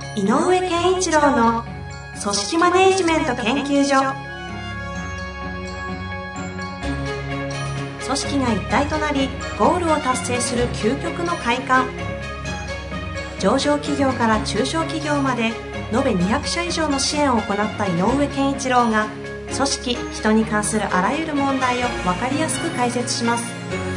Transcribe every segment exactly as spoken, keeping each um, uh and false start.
井上健一郎の組織マネジメント研究所。組織が一体となりゴールを達成する究極の快感。上場企業から中小企業まで延べにひゃくしゃ以上の支援を行った井上健一郎が、組織・人に関するあらゆる問題を分かりやすく解説します。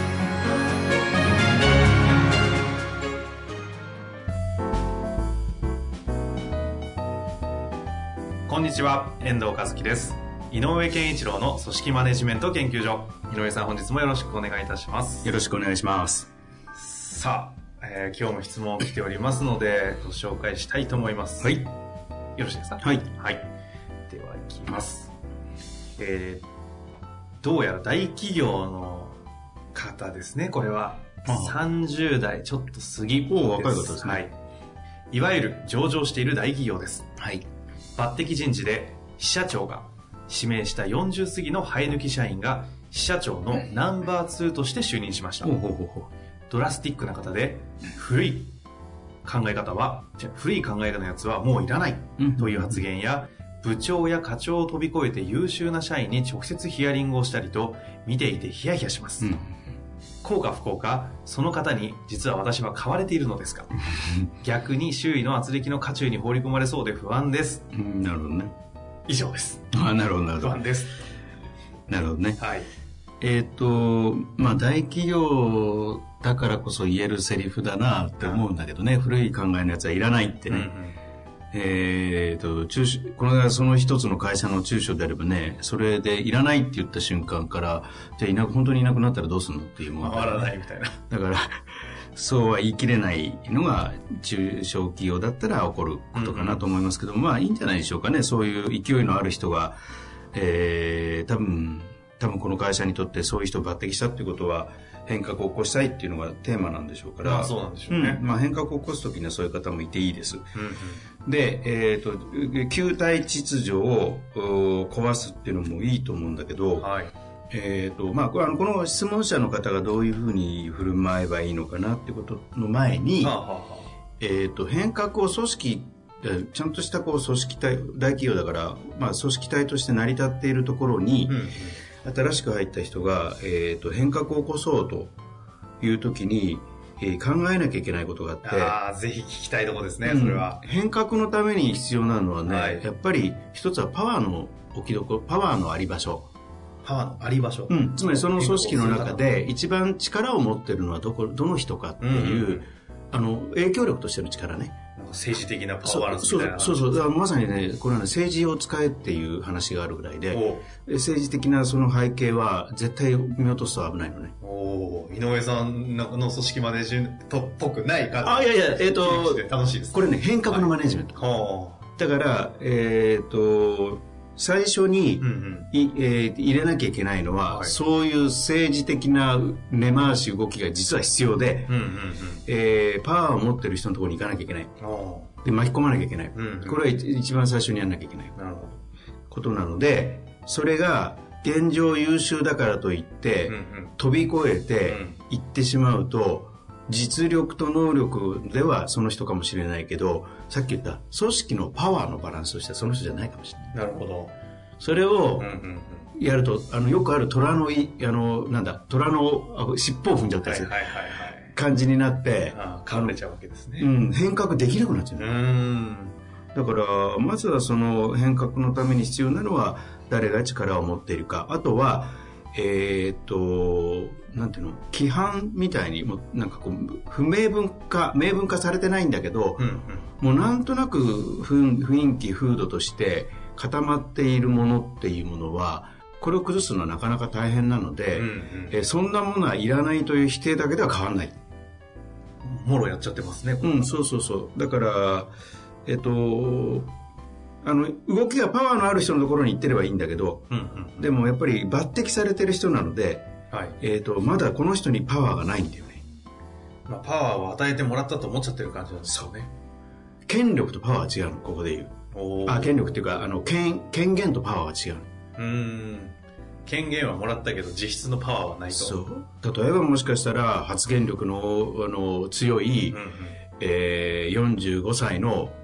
こんにちは、遠藤和樹です。井上健一郎の組織マネジメント研究所。井上さん、本日もよろしくお願いいたします。 よろしくお願いします。 さあ、えー、今日も質問来ておりますのでご紹介したいと思います。 はい。 よろしいですか？ はい。 はい。では、いきます。えー、どうやら大企業の方ですね。これはさんじゅうだいちょっと過ぎです。 お若い方ですね。 はい。いわゆる上場している大企業です。 はい。 抜擢人事で支社長が指名したよんじゅう過ぎの生え抜き社員が支社長のナンバーツーとして就任しました。 ほうほうほうほう。 ドラスティックな方で、古い考え方は、古い考え方のやつはもういらないという発言や、部長や課長を飛び越えて優秀な社員に直接ヒアリングをしたりと、見ていてヒヤヒヤします。うん、幸か不幸か、その方に実は私は買われているのですか？逆に周囲の圧力の渦中に放り込まれそうで不安です。 うん、なるほどね。 以上です。 あ、なるほどなるほど。 不安です。 なるほどね。 はい。 えっと、まあ大企業だからこそ言えるセリフだなって思うんだけどね、古い考えのやつはいらないってね。うんうん、えっと、中小、このその一つの会社の中小であればね、それでいらないって言った瞬間から、じゃあいな本当にいなくなったらどうするのっていうもの、ね。 回らないみたいな。 だから、そうは言い切れないのが中小企業だったら起こることかなと思いますけど、うんうん、まあいいんじゃないでしょうかね。そういう勢いのある人が、えー、多分、多分この会社にとってそういう人を抜擢したっていうことは変革を起こしたいっていうのがテーマなんでしょうから、 まあ、そうなんでしょうね。 うん、まあ、変革を起こすときにはそういう方もいていいです。うんうん、で、えっと、旧体秩序を壊すっていうのもいいと思うんだけど、はい、えっと、まあ、この、この質問者の方がどういうふうに振る舞えばいいのかなっていうことの前に、はあはあ、えっと、変革を組織ちゃんとしたこう組織体、大企業だから、まあ、組織体として成り立っているところに、うんうん、新しく入った人が、えーと、変革を起こそうという時に、えー、考えなきゃいけないことがあって、 ああ、ぜひ聞きたいところですね、うん、それは。 変革のために必要なのはね、はい、やっぱり一つはパワーの置きどころ、パワーのあり場所。 パワーのあり場所。 うん、つまりその組織の中で一番力を持っているのはどこ、どの人かっていう、うんうん、あの、影響力としての力ね。 政治的なパワーバランスみたいな。 そうそうそう。だからまさにね、これはね、政治を使えっていう話があるぐらいで、政治的なその背景は絶対見落とすと危ないのね。 お井上さんの組織マネジメントっぽくない感じ。 あ、いやいや、えっ、ー、と、 楽しいです。 これね、変革のマネジメント。はい、だから、えっ、ー、と、最初に、うんうんいえー、入れなきゃいけないのは、はい、そういう政治的な根回し動きが実は必要で、うんうんうんえー、パワーを持ってる人のところに行かなきゃいけない。で巻き込まなきゃいけない、うんうん、これは一番最初にやらなきゃいけないなるほどことなので、それが現状優秀だからといって、うんうん、飛び越えていってしまうと、実力と能力ではその人かもしれないけど、さっき言った組織のパワーのバランスとしてはその人じゃないかもしれない。 なるほど。 それをやると、あのよくある虎のいあのなんだ虎の尻尾を踏んじゃったやつ、はいはいはいはい、感じになって噛んでちゃうわけですね。 うん、変革できなくなっちゃう。うーんだからまずはその変革のために必要なのは誰が力を持っているか、あとはえー、っとなんていうの規範みたいにもなんかこう不明文化明文化されてないんだけど、うんうん、もうなんとなく雰囲気風土として固まっているものっていうものはこれを崩すのはなかなか大変なので、うんうんえそんなものはいらないという否定だけでは変わらない。 もろやっちゃってますね。 うん、そうそうそう。だからえっとあの動きがパワーのある人のところに行ってればいいんだけど、うんうん、でもやっぱり抜擢されてる人なので、はいえー、とまだこの人にパワーがないんだよね。 まあ、パワーを与えてもらったと思っちゃってる感じなんですよね。 権力とパワーは違うの、ここで言う。あ権力っていうかあの 権, 権限とパワーは違うの。 うーん権限はもらったけど実質のパワーはないと。 そう例えばもしかしたら発言力 の, あの強い、うんうんえー、よんじゅうごさいの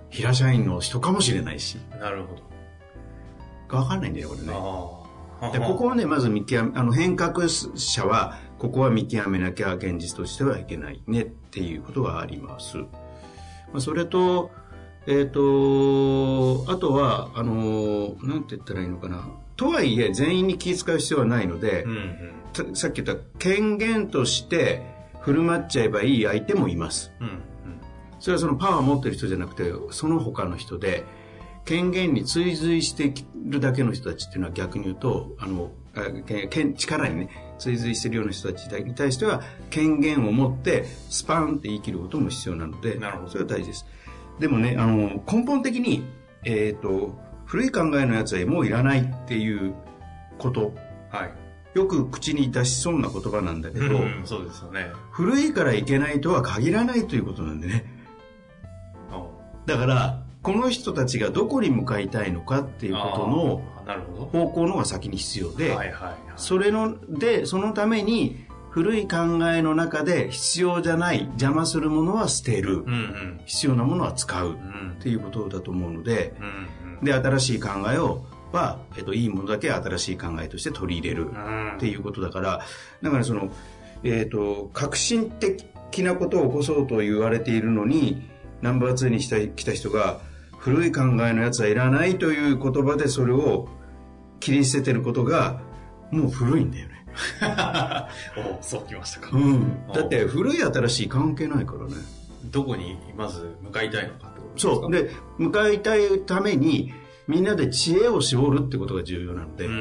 平社員の人かもしれないし。 なるほど。わかんないんだよ、これね。 あでここをね、まず見極め、あの、変革者は、ここは見極めなきゃ現実としてはいけないねっていうことがあります。まあ、それと、えっと、あとは、あの、なんて言ったらいいのかな。とはいえ、全員に気遣う必要はないので、うんうん、さっき言った権限として振る舞っちゃえばいい相手もいます。うんうん、それはそのパワーを持ってる人じゃなくて、その他の人で、権限に追随しているだけの人たちっていうのは逆に言うと、あの、力にね、追随しているような人たちに対しては、権限を持ってスパンって言い切ることも必要なので、なるほど、それは大事です。でもね、あの、根本的に、えっと、古い考えのやつはもういらないっていうこと。はい。よく口に出しそうな言葉なんだけど、うん、 そうですよね。 古いからいけないとは限らないということなんでね。だから、この人たちがどこに向かいたいのかっていうことの方向のが先に必要で、それの、で、そのために古い考えの中で必要じゃない、邪魔するものは捨てる、うんうん、必要なものは使うっていうことだと思うので、うんうん、で、新しい考えをは、えっと、いいものだけ新しい考えとして取り入れるっていうことだから、だからその、えっと、革新的なことを起こそうと言われているのに、ナンバーツーにした来た人が、古い考えのやつはいらないという言葉でそれを切り捨ててることが、もう古いんだよね。 お、そうきましたか。 うん。だって古い新しい関係ないからね。 どこにまず向かいたいのかってことですか。 そう。で、向かいたいために、みんなで知恵を絞るってことが重要なので、うんうん、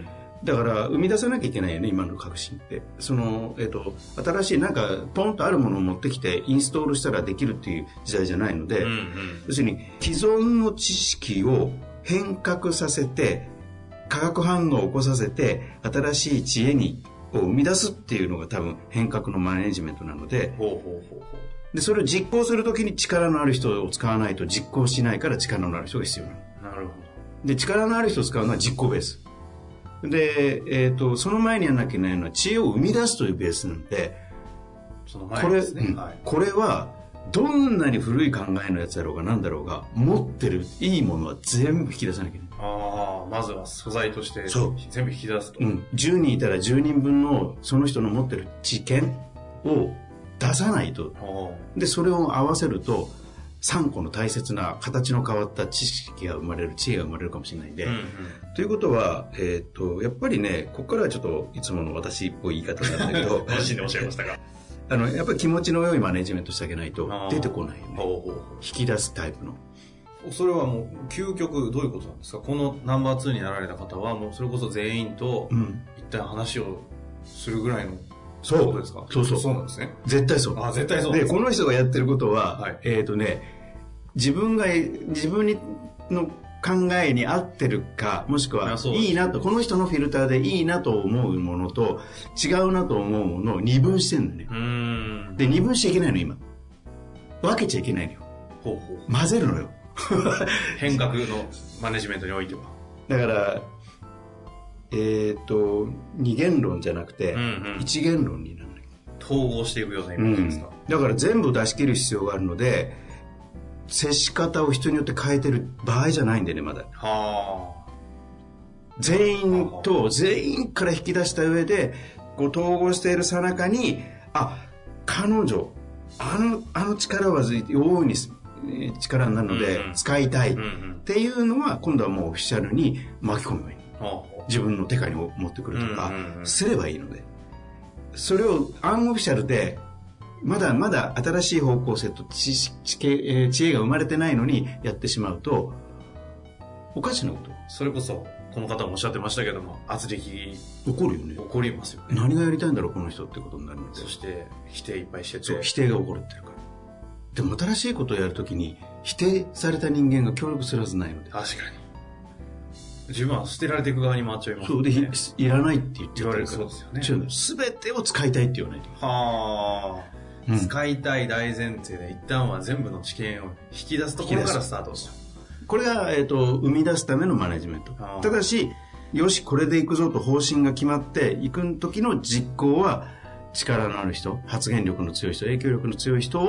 だから生み出さなきゃいけないよね、今の革新って。その、えっと、新しいなんかポンとあるものを持ってきてインストールしたらできるっていう時代じゃないので、うんうん、要するに既存の知識を変革させて、化学反応を起こさせて、新しい知恵にを生み出すっていうのが多分変革のマネジメントなので、ほうほうほうほう。で、それを実行するときに力のある人を使わないと実行しないから力のある人が必要なの。 なるほど。 で、力のある人を使うのは実行ベース。で、えっと、その前にやらなきゃいけないのは知恵を生み出すというベースなんで、 その前ですね。これ、はい、 これは、どんなに古い考えのやつだろうが何だろうが、持ってるいいものは全部引き出さなきゃいけない。 ああ、まずは素材として全部引き出すと。 うん。じゅうにんいたらじゅうにんぶんのその人の持ってる知見を出さないと。で、それを合わせると、さんこの大切な形の変わった知識が生まれる、知恵が生まれるかもしれないんで。うんうん、ということは、えっと、やっぱりね、ここからはちょっといつもの私っぽい言い方なんだけど。 楽しんでおっしゃいましたが。 あの、やっぱり気持ちの良いマネジメントしてあげないと出てこないよね。引き出すタイプの。 それはもう究極どういうことなんですか。このナンバーツーになられた方はもうそれこそ全員と一旦話をするぐらいの、うん、そういうことですか。 そうそう。 そうなんですね。 絶対そう。 あ、絶対そうで。 で、この人がやってることは、はい、えっとね、自分が、自分にの考えに合ってるか、もしくはいいなと、この人のフィルターでいいなと思うものと違うなと思うものを二分してるんだね。うーん。で、二分しちゃいけないの、今。分けちゃいけないのよ。ほうほう。混ぜるのよ。 変革のマネジメントにおいては。 だから、えっと、二元論じゃなくて、うんうん、一元論になる。 統合していくようなイメージですか、 うん。だから全部出し切る必要があるので、接し方を人によって変えてる場合じゃないんでね、まだ。はあ。全員と全員から引き出した上で、こう統合しているさなかに、あ、彼女、あの、あの力は大いに力になるので使いたいっていうのは、今度はもうオフィシャルに巻き込めばいい。自分の手下に持ってくるとか、すればいいので。それをアンオフィシャルで、まだまだ新しい方向性と知識、知恵が生まれてないのにやってしまうと、おかしなこと。 それこそ、この方もおっしゃってましたけども、圧力起こるよね。 起こりますよね。 何がやりたいんだろう、この人ってことになるので。 そして、否定いっぱいしてて。 そう、否定が起こるってるから。でも新しいことをやるときに、否定された人間が協力するはずないので。 確かに。自分は捨てられていく側に回っちゃいますね。 そうで、いらないって言ってるから。 そうですよね。 すべてを使いたいって言わないと。 はあ。うん、使いたい大前提で一旦は全部の知見を引き出すところからスタートする。 これが、えーと、生み出すためのマネジメント。ただし、よし、これで行くぞと方針が決まって行く時の実行は力のある人、発言力の強い人、影響力の強い人を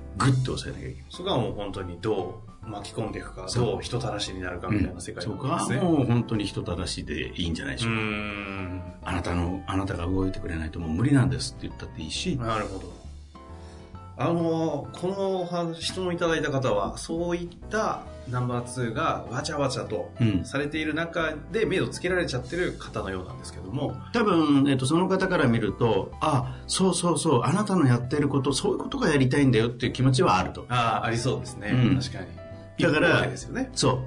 グッと抑えなきゃいけない。 そこはもう本当にどう巻き込んでいくか、どう人たらしになるかみたいな世界なんですね。 うん、そこはもう本当に人たらしでいいんじゃないでしょうか。うーん、あなたの、あなたが動いてくれないともう無理なんですって言ったっていいし。 なるほど。あの、この質問いただいた方は、そういったナンバーツーがわちゃわちゃとされている中で目をつけられちゃってる方のようなんですけども。 多分、えっと、その方から見ると、あ、そうそうそう、あなたのやってること、そういうことがやりたいんだよっていう気持ちはあると。 ああ、ありそうですね。うん、確かに。 だから、 ですよね、 そう。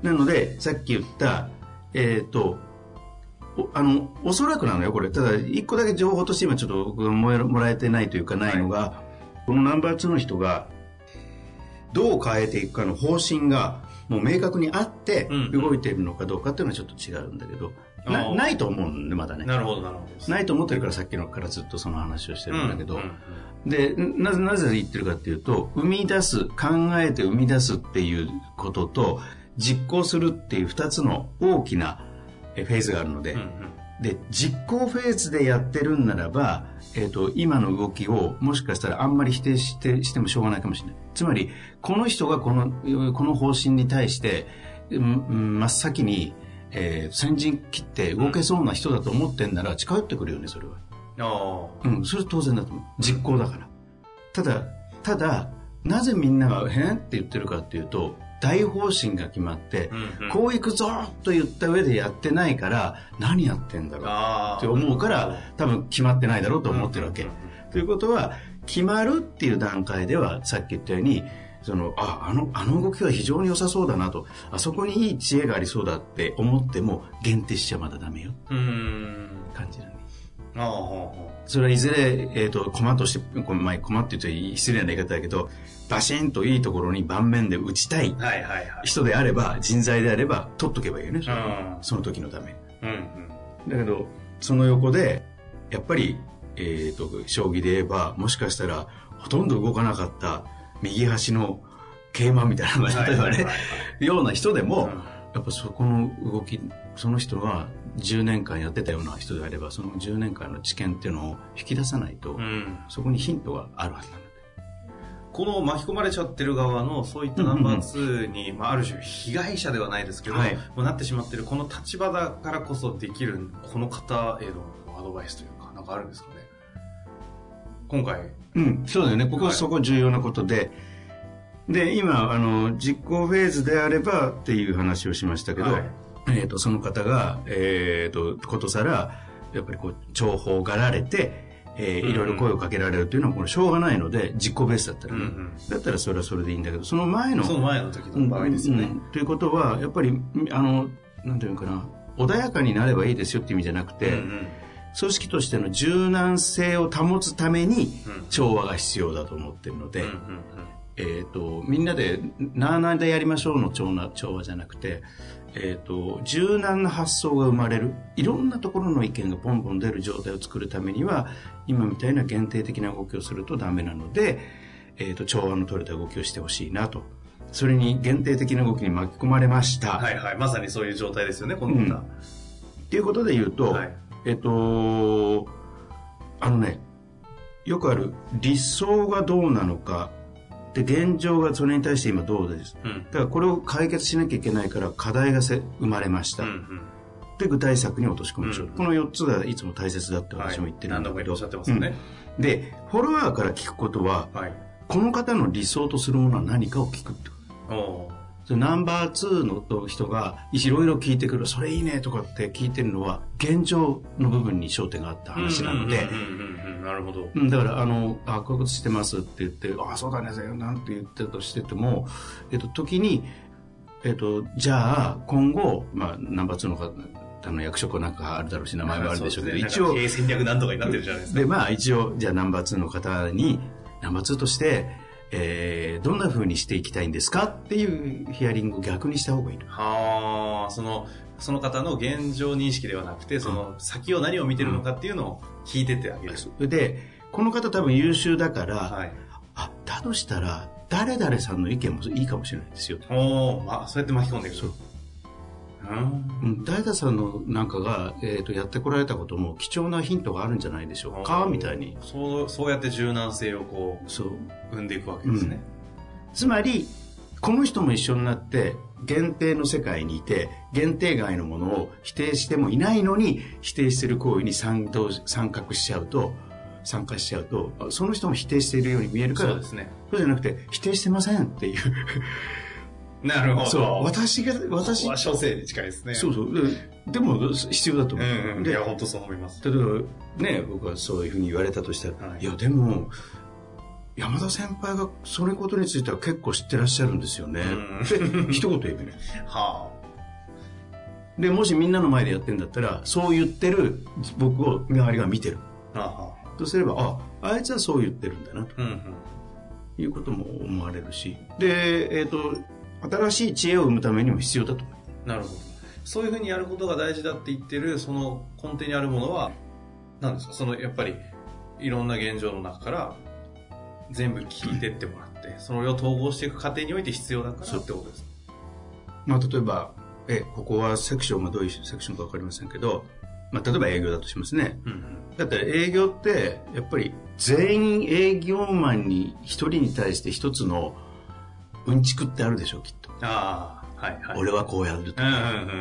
なので、さっき言った、えっと、あの、おそらくなのよ、これ。ただ、一個だけ情報として今ちょっと僕がもらえてないというかないのが、はい、このナンバーツーの人がどう変えていくかの方針がもう明確にあって動いているのかどうかっていうのはちょっと違うんだけど、うん、な, ないと思うんでまだね。 なるほどなるほど。 ないと思ってるからさっきのからずっとその話をしてるんだけど、うんうんうん、でなぜなぜ言ってるかっていうと、生み出す、考えて生み出すっていうことと実行するっていう二つの大きなフェーズがあるので、うんうん、で実行フェーズでやってるんならば、えーと、今の動きをもしかしたらあんまり否定して、してもしょうがないかもしれない。つまりこの人がこの、この方針に対して、うん、真っ先に、えー、先陣切って動けそうな人だと思ってんなら近寄ってくるよね、それは。ああ、うん、それは当然だと思う。実行だから。ただただなぜみんなが変って言ってるかっていうと、大方針が決まって、うんうん、こういくぞと言った上でやってないから何やってんだろうって思うから、多分決まってないだろうと思ってるわけ、うんうんうん、ということは決まるっていう段階ではさっき言ったように、その あ, あ, のあの動きは非常に良さそうだなと、あそこにいい知恵がありそうだって思っても限定しちゃまだダメよ、うーん感じだね。ああ、それはいずれ、えーと、コマとして、コマって言うと失礼な言い方だけど、バシンといいところに盤面で打ちたい人であれば、人材であれば取っとけばいいよね、その、その時のために、うんうん、だけどその横でやっぱり、えーと、将棋で言えばもしかしたらほとんど動かなかった右端の桂馬みたいな、例えばね、ような人でも、うん、やっぱそこの動き、その人がじゅうねんかんやってたような人であれば、そのじゅうねんかんの知見っていうのを引き出さないと、うん、そこにヒントがあるはずなので、 この巻き込まれちゃってる側のそういったナンバーツーに、うんうん、まあ、ある種被害者ではないですけど、はい、もうなってしまってるこの立場だからこそできるこの方へのアドバイスというか、なんかあるんですかね、今回。 うん、そうだよね。僕はそこ重要なことで、はい、で今あの実行フェーズであればっていう話をしましたけど、はい、えー、とその方が、えー、とことさらやっぱりこう重宝がられて、えー、いろいろ声をかけられるというのはこれしょうがないので、実行ベースだったらね、うんうん、だったらそれはそれでいいんだけど、その前のその前の時の場合ですよね、うんうん、 ということはやっぱりあのなんていうのかな、穏やかになればいいですよっていう意味じゃなくて、うんうん、組織としての柔軟性を保つために調和が必要だと思っているので、うんうんうん、えー、とみんなでなあなあでやりましょうの調和、調和じゃなくて、えー、と柔軟な発想が生まれる、いろんなところの意見がポンポン出る状態を作るためには今みたいな限定的な動きをするとダメなので、えー、と調和の取れた動きをしてほしいなと。それに限定的な動きに巻き込まれました、 はいはい、まさにそういう状態ですよね、この方、うん、 っていうことで言うと、はい、えっ、ー、とあのね、よくある理想がどうなのかで、現状がそれに対して今どうです、うん、だからこれを解決しなきゃいけないから課題がせ生まれました、うんうん、で具体策に落とし込みましょう、うんうん、このよっつがいつも大切だって私も言ってるんだけど、はい、何度もおっしゃってますよね、うん、でフォロワーから聞くことは、はい、この方の理想とするものは何かを聞くってこと。おナンバーツーの人がいろいろ聞いてくる、それいいねとかって聞いてるのは現状の部分に焦点があった話なので、 なるほど。 だからあのあこういうことしてますって言って、あそうだねなんて言ってたとしてても、えっと時にえっとじゃあ今後まあナンバーツーの方の役職なんかあるだろうし名前もあるでしょうけど、 ね、一応経営戦略なんとかになってるじゃないですか。 でまあ一応じゃあナンバーツーの方にナンバーツーとしてえー、どんな風にしていきたいんですかっていうヒアリングを逆にした方がいい。 はあ、そのその方の現状認識ではなくて、その先を何を見てるのかっていうのを聞いてってあげる。 うん、でこの方多分優秀だから、はい、あだとしたら誰々さんの意見もいいかもしれないですよ。 お、まあ、そうやって巻き込んでいく。そううん、大田さんのなんかが、えーと、やってこられたことも貴重なヒントがあるんじゃないでしょうかみたいに。 そう、そうやって柔軟性をこう、そう生んでいくわけですね。 うん、つまり、この人も一緒になって限定の世界にいて限定外のものを否定してもいないのに否定している行為に参同参画しちゃうと参加しちゃうとその人も否定しているように見えるから、 そうですね、 そうじゃなくて否定してませんっていうなるほど。 そう、私が私は処世に近いですね。 そうそう。でも必要だと思う。うんうん、いや本当そう思います。 例えばね、僕はそういうふうに言われたとしたら、はい、いやでも山田先輩がそれことについては結構知ってらっしゃるんですよね。で一言言うね。はあ。でもしみんなの前でやってるんだったらそう言ってる僕を周りが見てる。はあ、とすればああいつはそう言ってるんだなと、うんうん、いうことも思われるし、でえっ、ー、と新しい知恵を生むためにも必要だと思う。 なるほど。そういうふうにやることが大事だって言ってるその根底にあるものは何ですか。そのやっぱりいろんな現状の中から全部聞いてってもらって、それを統合していく過程において必要だからってことですか。 まあ、例えばえここはセクションがどういうセクションか分かりませんけど、まあ、例えば営業だとしますね、うんうん、だって営業ってやっぱり全員営業マンに一人に対して一つのうんちくってあるでしょうきっと。あ、はいはい、俺はこうやるとか、うんうんうん、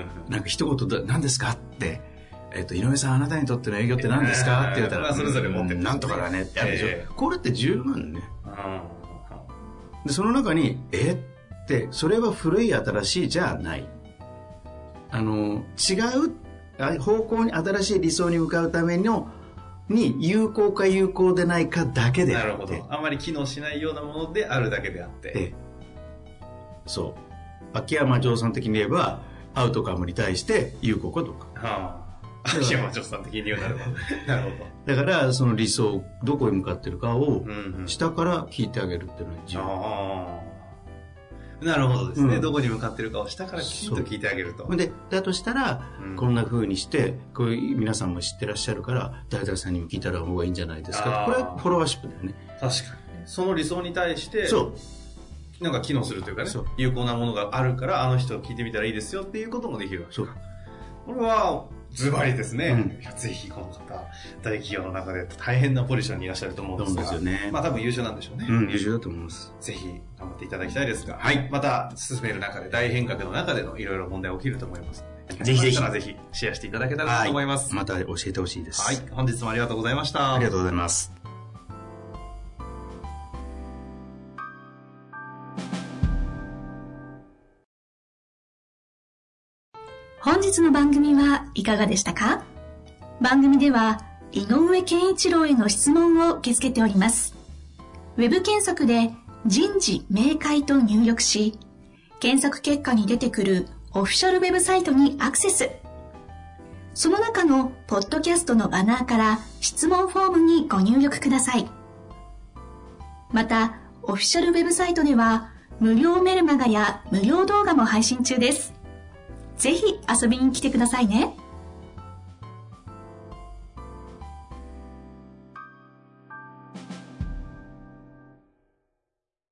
なんか一言で何ですかってえっと、井上さんあなたにとっての営業って何ですか、えー、って言ったら、まあ、 それぞれ持ってる、 ね、なんとかだねってあるでしょ、えー、これって十分ね、うん、でその中にえってそれは古い新しいじゃない、あの違う方向に新しい理想に向かうためのに有効か有効でないかだけであって、 なるほど、あまり機能しないようなものであるだけであって、えー、そう秋山城さん的に言えばアウトカムに対して有効かどうか、はあ、 秋山城さん的に言うならばなるほど。だからその理想どこに向かってるかを下から聞いてあげるっていうのが重要、 うんうん、なるほどですね、うん、どこに向かってるかを下からきちんと聞いてあげると。 でだとしたら、うん、こんな風にしてこういう皆さんも知ってらっしゃるから誰々さんにも聞いたら方がいいんじゃないですか。これはフォロワーシップだよね。 確かにその理想に対してそうなんか機能するというかね、有効なものがあるからあの人を聞いてみたらいいですよっていうこともできるわけですか。これはズバリですね、うん、ぜひこの方大企業の中で大変なポジションにいらっしゃると思うんですが、 そうですよね、 まあ多分優秀なんでしょうね、 うん、優秀だと思います。 ぜひ頑張っていただきたいですが、はい、また進める中で大変革の中でのいろいろ問題起きると思いますので、ぜひぜひぜひシェアしていただけたらと思います、 はい、また教えてほしいです。 はい、本日もありがとうございました。 ありがとうございます。 本日の番組はいかがでしたか？番組では井上健一郎への質問を受け付けております。ウェブ検索で人事明快と入力し、検索結果に出てくるオフィシャルウェブサイトにアクセス。その中のポッドキャストのバナーから質問フォームにご入力ください。また、オフィシャルウェブサイトでは無料メルマガや無料動画も配信中です。ぜひ遊びに来てくださいね。